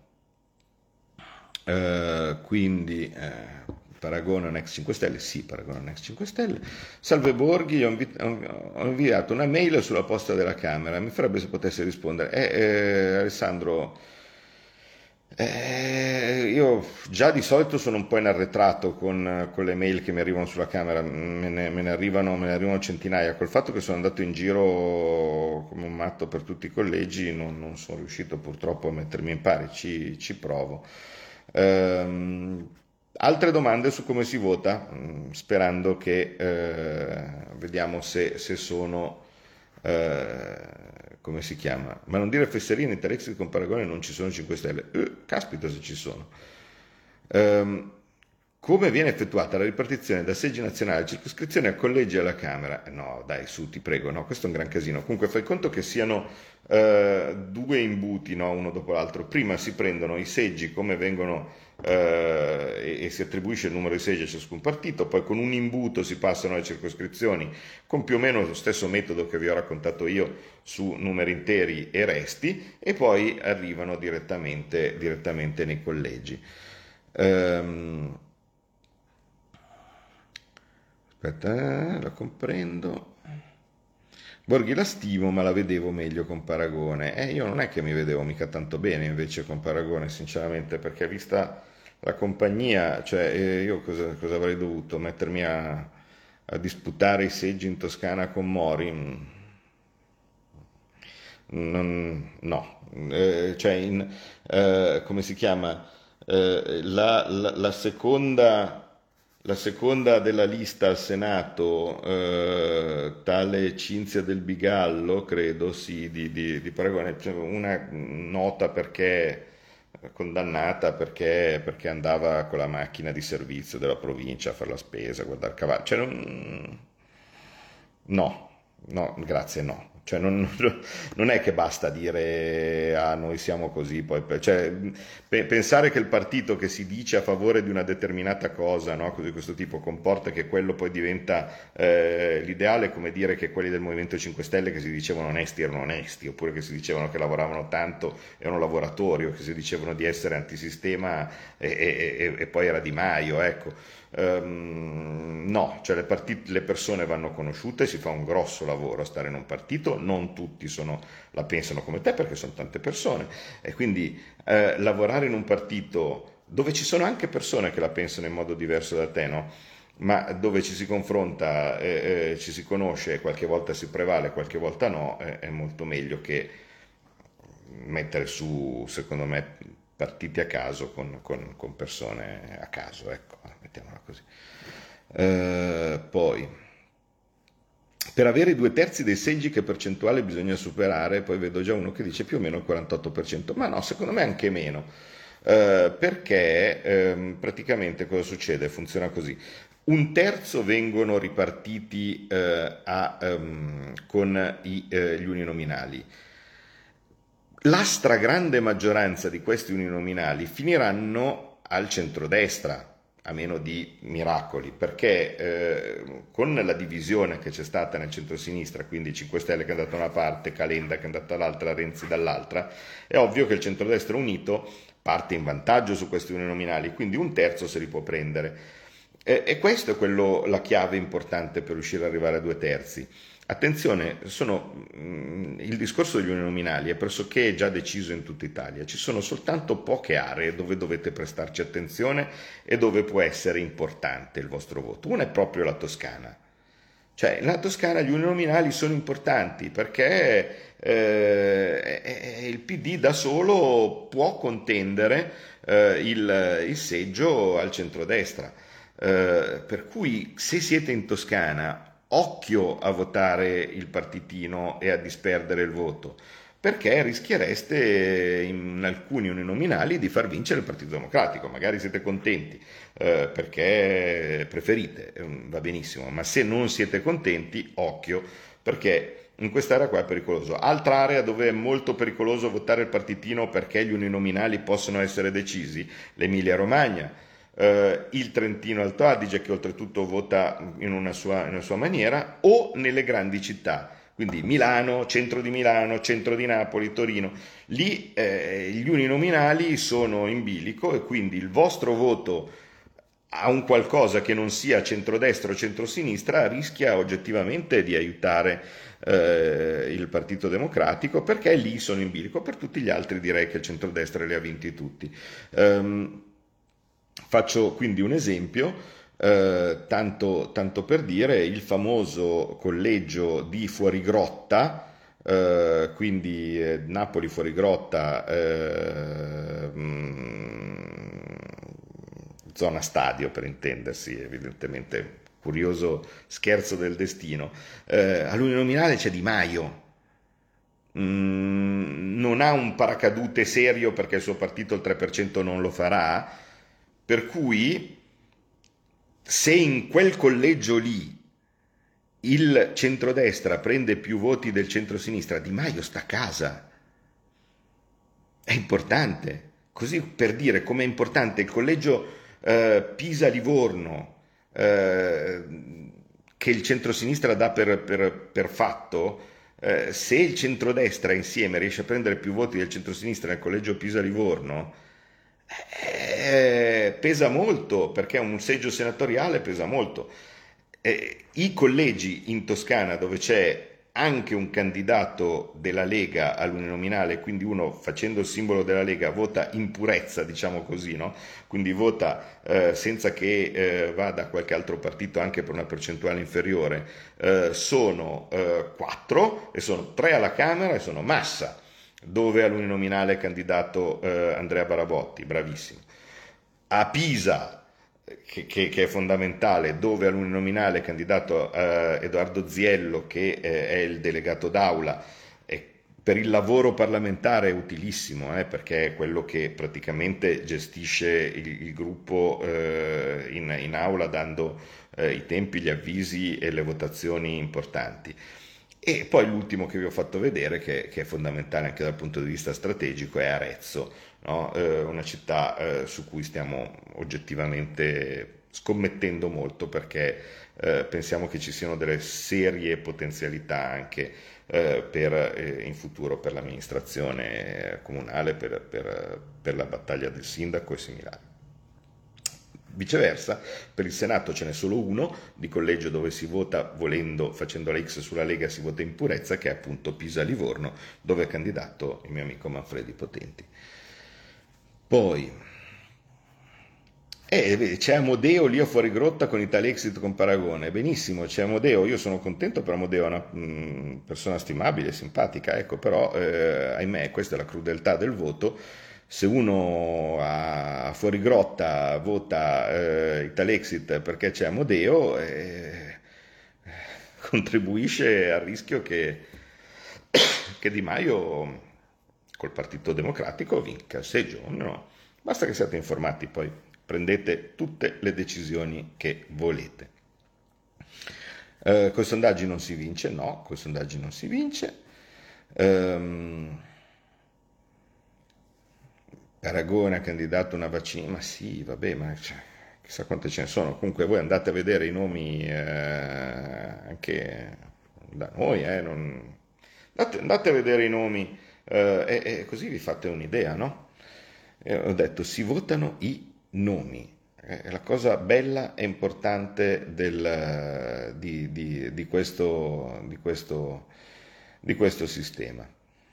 Uh, quindi uh, Paragone Next cinque Stelle, sì, Paragone Next cinque Stelle. Salve Borghi, ho, invi- ho inviato una mail sulla posta della Camera, mi farebbe se potesse rispondere. Eh, eh, Alessandro, eh, io già di solito sono un po' in arretrato con, con le mail che mi arrivano sulla Camera, me ne, me ne arrivano, me ne arrivano centinaia. Col fatto che sono andato in giro come un matto per tutti i collegi, non, non sono riuscito purtroppo a mettermi in pari, ci, ci provo. Ehm, altre domande su come si vota, mm, sperando che eh, vediamo se, se sono, eh, come si chiama, ma non dire fesserie, interexit con Paragone non ci sono cinque Stelle. Eh, caspita se ci sono. Ehm, come viene effettuata la ripartizione da seggi nazionali, circoscrizione a collegi e alla Camera? Eh, No, dai, su, ti prego, no, questo è un gran casino. Comunque fai conto che siano eh, due imbuti, no, uno dopo l'altro. Prima si prendono i seggi come vengono eh, e, e si attribuisce il numero di seggi a ciascun partito, poi con un imbuto si passano alle circoscrizioni con più o meno lo stesso metodo che vi ho raccontato io su numeri interi e resti, e poi arrivano direttamente, direttamente nei collegi. Ehm, Aspetta, eh, la comprendo. Borghi la stimo, ma la vedevo meglio con Paragone. E io non è che mi vedevo mica tanto bene invece con Paragone, sinceramente, perché vista la compagnia, cioè eh, io cosa, cosa avrei dovuto? Mettermi a, a disputare i seggi in Toscana con Mori? Mm, non- no, Eh, cioè in, eh, come si chiama? Eh, la, la- la seconda, la seconda della lista al Senato, eh, tale Cinzia del Bigallo, credo, sì, di, di, di Paragone, cioè una nota perché condannata perché, perché andava con la macchina di servizio della provincia a fare la spesa, a guardare cavalli. Cioè, non- no, no, grazie, no. Cioè, non, non è che basta dire ah, noi siamo così, poi, cioè, pe- pensare che il partito che si dice a favore di una determinata cosa, no, così di questo tipo, comporta che quello poi diventa eh, l'ideale, è come dire che quelli del Movimento cinque Stelle che si dicevano onesti erano onesti, oppure che si dicevano che lavoravano tanto erano lavoratori, o che si dicevano di essere antisistema e, e- e- e poi era Di Maio, ecco. Ehm, no, cioè le, parti- le persone vanno conosciute, si fa un grosso lavoro a stare in un partito, non tutti sono- la pensano come te perché sono tante persone e quindi eh, lavorare in un partito dove ci sono anche persone che la pensano in modo diverso da te, no? Ma dove ci si confronta, eh, eh, ci si conosce, qualche volta si prevale, qualche volta no, eh, è molto meglio che mettere su, secondo me, partiti a caso con, con- con persone a caso, ecco, mettiamola così. Eh, poi, per avere i due terzi dei seggi che percentuale bisogna superare? Poi vedo già uno che dice più o meno il quarantotto per cento, ma no, secondo me anche meno. eh, perché ehm, praticamente cosa succede? Funziona così. Un terzo vengono ripartiti eh, a, ehm, con i, eh, gli uninominali. La stragrande maggioranza di questi uninominali finiranno al centrodestra, a meno di miracoli, perché eh, con la divisione che c'è stata nel centrosinistra, quindi cinque Stelle che è andato da una parte, Calenda che è andato dall'altra, Renzi dall'altra, è ovvio che il centrodestra unito parte in vantaggio su questi uninominali, quindi un terzo se li può prendere. E, e questa è quello, la chiave importante per riuscire ad arrivare a due terzi. Attenzione, sono, mh, il discorso degli uninominali è pressoché già deciso in tutta Italia, ci sono soltanto poche aree dove dovete prestarci attenzione e dove può essere importante il vostro voto. Una è proprio la Toscana, cioè nella Toscana gli uninominali sono importanti perché eh, il P D da solo può contendere eh, il, il seggio al centrodestra, eh, per cui se siete in Toscana occhio a votare il partitino e a disperdere il voto, perché rischiereste in alcuni uninominali di far vincere il Partito Democratico. Magari siete contenti eh, perché preferite, va benissimo, ma se non siete contenti, occhio, perché in quest'area qua è pericoloso. Altra area dove è molto pericoloso votare il partitino perché gli uninominali possono essere decisi, l'Emilia Romagna. Uh, il Trentino Alto Adige, che oltretutto vota in una, sua, in una sua maniera, o nelle grandi città, quindi Milano, centro di Milano, centro di Napoli, Torino. Lì eh, gli uninominali sono in bilico e quindi il vostro voto a un qualcosa che non sia centrodestra o centrosinistra rischia oggettivamente di aiutare eh, il Partito Democratico, perché lì sono in bilico. Per tutti gli altri direi che il centrodestra li ha vinti tutti. Um, Faccio quindi un esempio, eh, tanto, tanto per dire, il famoso collegio di Fuorigrotta, eh, quindi eh, Napoli Fuorigrotta, eh, mh, zona stadio per intendersi, evidentemente curioso scherzo del destino. Eh, all'uninominale c'è Di Maio. Mm, non ha un paracadute serio perché il suo partito il tre per cento non lo farà. Per cui, se in quel collegio lì il centrodestra prende più voti del centrosinistra, Di Maio sta a casa. È importante. Così per dire com'è importante il collegio eh, Pisa-Livorno, eh, che il centrosinistra dà per, per, per fatto, eh, se il centrodestra insieme riesce a prendere più voti del centrosinistra nel collegio Pisa-Livorno, Eh, pesa molto, perché un seggio senatoriale pesa molto. Eh, i collegi in Toscana dove c'è anche un candidato della Lega all'uninominale, quindi uno facendo il simbolo della Lega vota in purezza, diciamo così, no? Quindi vota eh, senza che eh, vada a qualche altro partito anche per una percentuale inferiore, eh, sono eh, quattro, e sono tre alla Camera e sono Massa, dove all'uninominale è candidato eh, Andrea Barabotti, bravissimo. A Pisa, che, che, che è fondamentale, dove all'uninominale è candidato eh, Edoardo Ziello, che eh, è il delegato d'aula, e per il lavoro parlamentare è utilissimo, eh, perché è quello che praticamente gestisce il, il gruppo eh, in, in aula, dando eh, i tempi, gli avvisi e le votazioni importanti. E poi l'ultimo che vi ho fatto vedere, che, che è fondamentale anche dal punto di vista strategico, è Arezzo, no? eh, una città eh, su cui stiamo oggettivamente scommettendo molto, perché eh, pensiamo che ci siano delle serie potenzialità anche eh, per, eh, in futuro per l'amministrazione comunale, per, per, per la battaglia del sindaco e similari. Viceversa, per il Senato ce n'è solo uno di collegio dove si vota volendo, facendo la X sulla Lega, si vota in purezza, che è appunto Pisa-Livorno, dove è candidato il mio amico Manfredi Potenti. Poi eh, c'è Amodeo lì a Fuorigrotta con Italexit con Paragone. Benissimo, c'è Amodeo, io sono contento per Amodeo, è una mh, persona stimabile, simpatica, ecco, però eh, ahimè questa è la crudeltà del voto. Se uno a Fuorigrotta vota eh, Italexit perché c'è Amodeo, eh, contribuisce al rischio che, che Di Maio col Partito Democratico vinca il seggio, no? Basta che siate informati, poi prendete tutte le decisioni che volete. Eh, con i sondaggi non si vince? No, con i sondaggi non si vince. Ehm, Paragone ha candidato una vaccina, ma sì, vabbè, ma cioè, chissà quante ce ne sono. Comunque voi andate a vedere i nomi eh, anche da noi, eh, non... andate, andate a vedere i nomi eh, e, e così vi fate un'idea, no? E ho detto, si votano i nomi. È la cosa bella e importante del, di, di, di questo, di, questo, di questo sistema.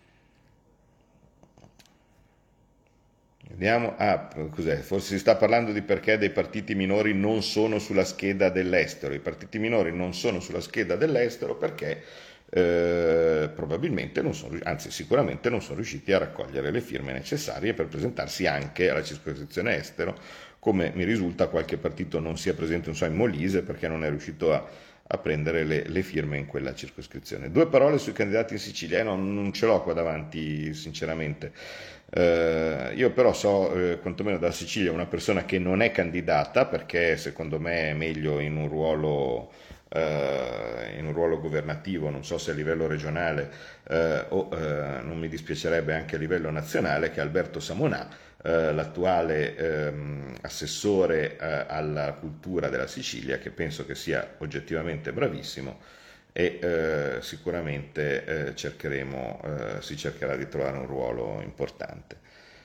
Vediamo, ah, cos'è? Forse si sta parlando di perché dei partiti minori non sono sulla scheda dell'estero. I partiti minori non sono sulla scheda dell'estero perché eh, probabilmente non sono, anzi sicuramente non sono riusciti a raccogliere le firme necessarie per presentarsi anche alla circoscrizione estero, come mi risulta qualche partito non sia presente, non so, in Molise perché non è riuscito a, a prendere le, le firme in quella circoscrizione. Due parole sui candidati in Sicilia, eh, no, non ce l'ho qua davanti sinceramente. Eh, io però so, eh, quantomeno dalla Sicilia, una persona che non è candidata perché secondo me è meglio in un ruolo, eh, in un ruolo governativo, non so se a livello regionale eh, o eh, non mi dispiacerebbe anche a livello nazionale, che è Alberto Samonà, eh, l'attuale ehm, assessore eh, alla cultura della Sicilia, che penso che sia oggettivamente bravissimo e eh, sicuramente eh, cercheremo, eh, si cercherà di trovare un ruolo importante.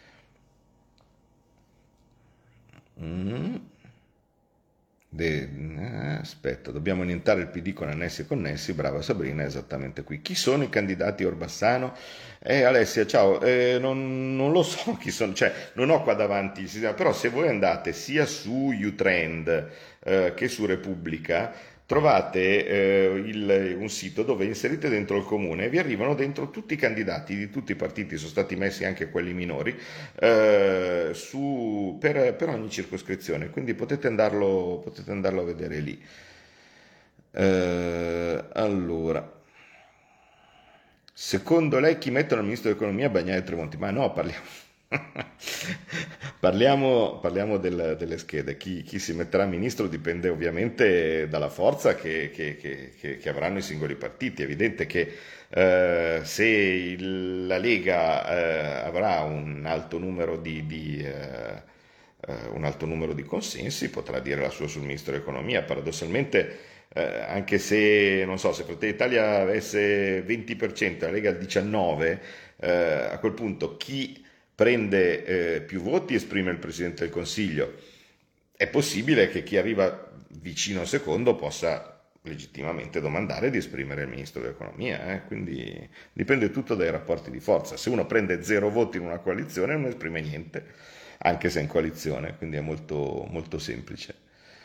Mm. De, eh, aspetta, dobbiamo annientare il P D con annessi e connessi, brava Sabrina, esattamente qui. Chi sono i candidati Orbassano? Eh, Alessia, ciao, eh, non, non lo so chi sono, cioè non ho qua davanti il sistema, però se voi andate sia su Utrend eh, che su Repubblica, trovate eh, il, un sito dove inserite dentro il comune e vi arrivano dentro tutti i candidati di tutti i partiti, sono stati messi anche quelli minori, eh, su, per, per ogni circoscrizione, quindi potete andarlo, potete andarlo a vedere lì. Eh, allora, secondo lei chi mettono al ministro dell'economia Bagnai e Tremonti? Ma no, parliamo, parliamo, parliamo del- delle schede. Chi, chi si metterà ministro dipende ovviamente dalla forza che, che- che- che- che avranno i singoli partiti. È evidente che eh, se il- la Lega eh, avrà un alto numero di, di, eh, eh, un alto numero di consensi, potrà dire la sua sul ministro dell'economia. Paradossalmente, eh, anche se, non so, se Fratelli d'Italia avesse venti per cento e la Lega il diciannove per cento, eh, a quel punto chi prende eh, più voti esprime il Presidente del Consiglio. È possibile che chi arriva vicino al secondo possa legittimamente domandare di esprimere il Ministro dell'Economia, eh? Quindi dipende tutto dai rapporti di forza. Se uno prende zero voti in una coalizione non esprime niente, anche se è in coalizione, quindi è molto, molto semplice.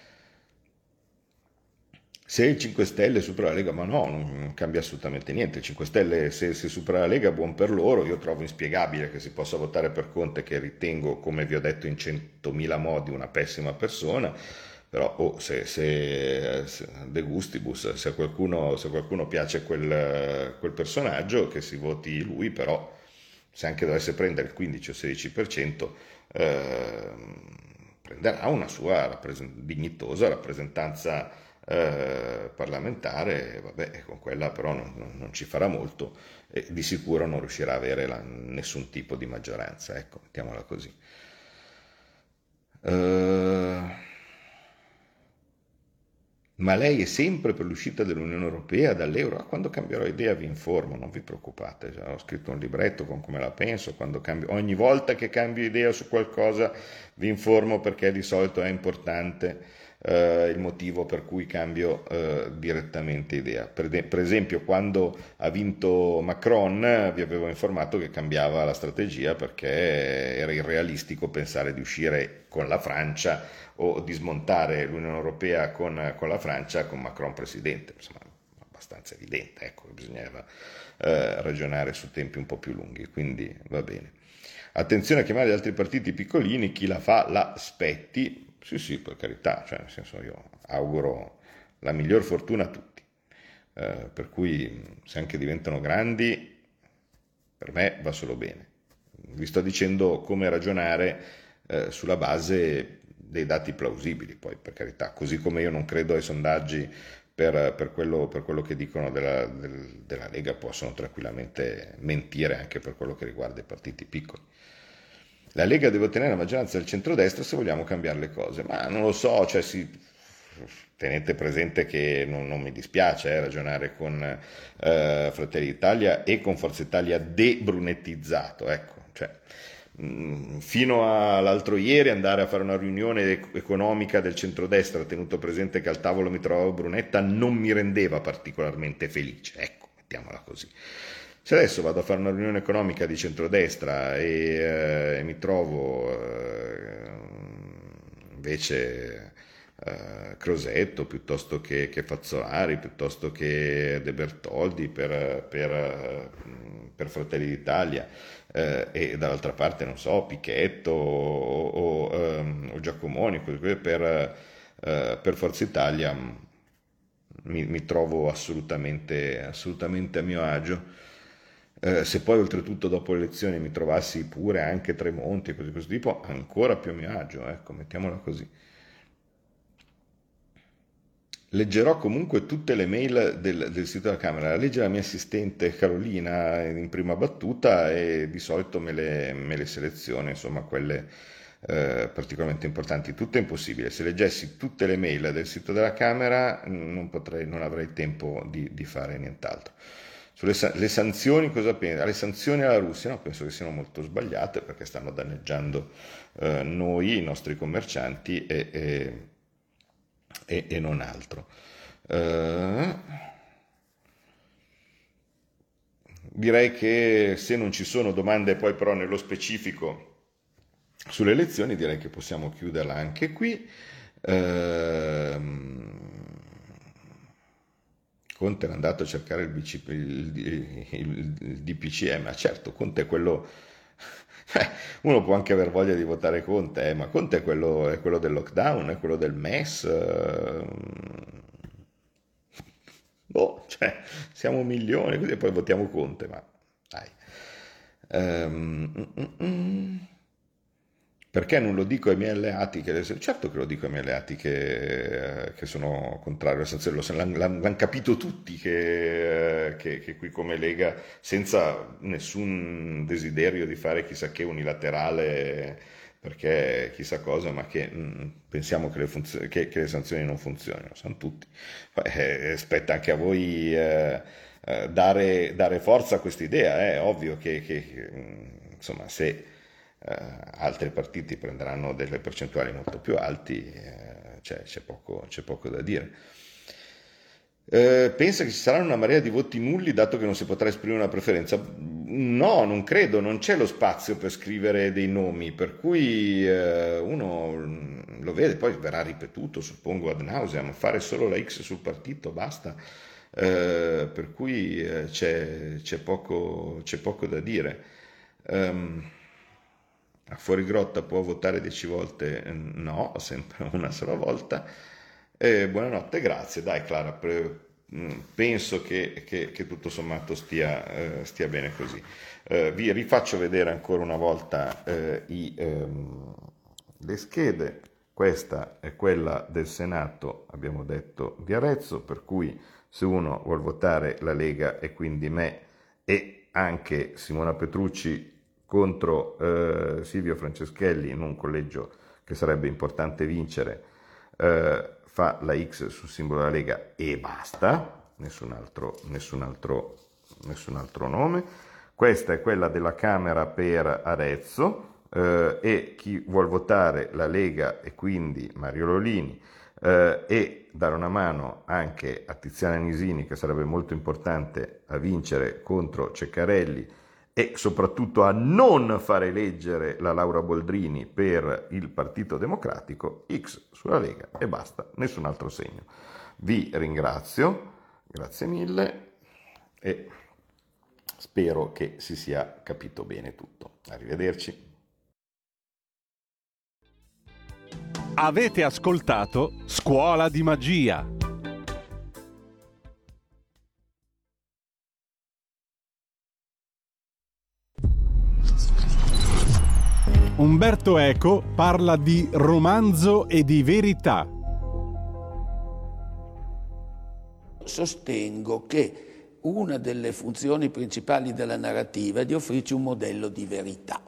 Se il cinque Stelle supera la Lega, ma no, non cambia assolutamente niente. Il cinque Stelle, se, se supera la Lega, buon per loro. Io trovo inspiegabile che si possa votare per Conte, che ritengo, come vi ho detto in centomila modi, una pessima persona. Però, oh, se, se, se de gustibus, se a qualcuno, se a qualcuno piace quel, quel personaggio, che si voti lui, però se anche dovesse prendere il quindici o sedici per cento, eh, prenderà una sua rappresen- dignitosa rappresentanza eh, parlamentare, vabbè, con quella però non, non- non ci farà molto e di sicuro non riuscirà a avere la- nessun tipo di maggioranza, ecco, mettiamola così. Eh, ma lei è sempre per l'uscita dall'Unione Europea, dall'euro? Ah, quando cambierò idea vi informo, non vi preoccupate, già ho scritto un libretto con come la penso, quando cambio- ogni volta che cambio idea su qualcosa vi informo perché di solito è importante eh, il motivo per cui cambio eh, direttamente idea. Per, de- per esempio, quando ha vinto Macron eh, vi avevo informato che cambiava la strategia perché era irrealistico pensare di uscire con la Francia o di smontare l'Unione Europea con, con la Francia con Macron presidente. Insomma, abbastanza evidente, ecco, bisognava eh, ragionare su tempi un po' più lunghi, quindi va bene. Attenzione a chiamare gli altri partiti piccolini, chi la fa la aspetti. Sì, sì, per carità, cioè nel senso io auguro la miglior fortuna a tutti. Eh, per cui se anche diventano grandi, per me va solo bene. Vi sto dicendo come ragionare eh, sulla base dei dati plausibili, poi per carità, così come io non credo ai sondaggi per, per, quello, per quello che dicono della, del, della Lega, possono tranquillamente mentire anche per quello che riguarda i partiti piccoli. La Lega deve ottenere la maggioranza del centrodestra se vogliamo cambiare le cose, ma non lo so, cioè si, tenete presente che non, non mi dispiace eh, ragionare con eh, Fratelli d'Italia e con Forza Italia debrunettizzato, ecco, cioè mh, fino all'altro ieri andare a fare una riunione economica del centrodestra, tenuto presente che al tavolo mi trovavo Brunetta, non mi rendeva particolarmente felice, ecco, mettiamola così. Se adesso vado a fare una riunione economica di centrodestra e eh, mi trovo eh, invece eh, Crosetto piuttosto che, che Fazzolari, piuttosto che De Bertoldi per, per, per Fratelli d'Italia eh, e dall'altra parte, non so, Pichetto o, o, um, o Giacomoni per, eh, per Forza Italia, mi, mi trovo assolutamente, assolutamente a mio agio. Eh, se poi oltretutto dopo le elezioni mi trovassi pure anche Tremonti e cose di questo tipo, ancora più a mio agio, ecco, mettiamola così. Leggerò comunque tutte le mail del, del sito della Camera, la legge la mia assistente Carolina in prima battuta e di solito me le, me le seleziona, insomma quelle eh, particolarmente importanti. Tutto è impossibile, se leggessi tutte le mail del sito della Camera non, potrei, non avrei tempo di, di fare nient'altro. Sulle le sanzioni, cosa pensa? Le sanzioni alla Russia, no, penso che siano molto sbagliate perché stanno danneggiando eh, noi, i nostri commercianti e, e, e, e non altro. Uh, direi che se non ci sono domande poi però nello specifico sulle elezioni, direi che possiamo chiuderla anche qui. Uh, Conte era andato a cercare il, B C, il, il, il D P C M, ma certo, Conte è quello, uno può anche aver voglia di votare Conte, eh, ma Conte è quello, è quello del lockdown, è quello del M E S, eh, boh, cioè, siamo milioni, così poi votiamo Conte, ma dai. Um, mm, mm. Perché non lo dico ai miei alleati? Che, certo che lo dico ai miei alleati che, che sono contrari alla sanzione, l'hanno, l'hanno capito tutti che, che, che qui come Lega, senza nessun desiderio di fare chissà che unilaterale, perché chissà cosa, ma che mh, pensiamo che le, funzioni, che, che le sanzioni non funzionino, sanno tutti. Eh, spetta anche a voi eh, eh, dare, dare forza a questa idea, è eh, ovvio che, che, che insomma se... Uh, altri partiti prenderanno delle percentuali molto più alti, uh, c'è, c'è, poco, c'è poco da dire. Uh, pensa che ci saranno una marea di voti nulli dato che non si potrà esprimere una preferenza? No, non credo, non c'è lo spazio per scrivere dei nomi, per cui uh, uno lo vede, poi verrà ripetuto, suppongo ad nauseam, fare solo la X sul partito, basta, uh, per cui uh, c'è, c'è, poco, c'è poco da dire. Um, A Fuorigrotta può votare dieci volte? No, sempre una sola volta. E buonanotte, grazie. Dai Clara, pre- penso che, che, che tutto sommato stia, eh, stia bene così. Eh, vi rifaccio vedere ancora una volta eh, i, ehm, le schede. Questa è quella del Senato, abbiamo detto, di Arezzo, per cui se uno vuol votare la Lega e quindi me e anche Simona Petrucci contro eh, Silvio Franceschelli in un collegio che sarebbe importante vincere, eh, fa la X sul simbolo della Lega e basta, nessun altro, nessun altro, nessun altro nome. Questa è quella della Camera per Arezzo eh, e chi vuol votare la Lega e quindi Mario Lolini eh, e dare una mano anche a Tiziana Nisini, che sarebbe molto importante a vincere contro Ceccarelli, e soprattutto a non far eleggere la Laura Boldrini per il Partito Democratico, X sulla Lega e basta, nessun altro segno. Vi ringrazio, grazie mille e spero che si sia capito bene tutto. Arrivederci. Avete ascoltato Scuola di Magia. Umberto Eco parla di romanzo e di verità. Sostengo che una delle funzioni principali della narrativa è di offrirci un modello di verità.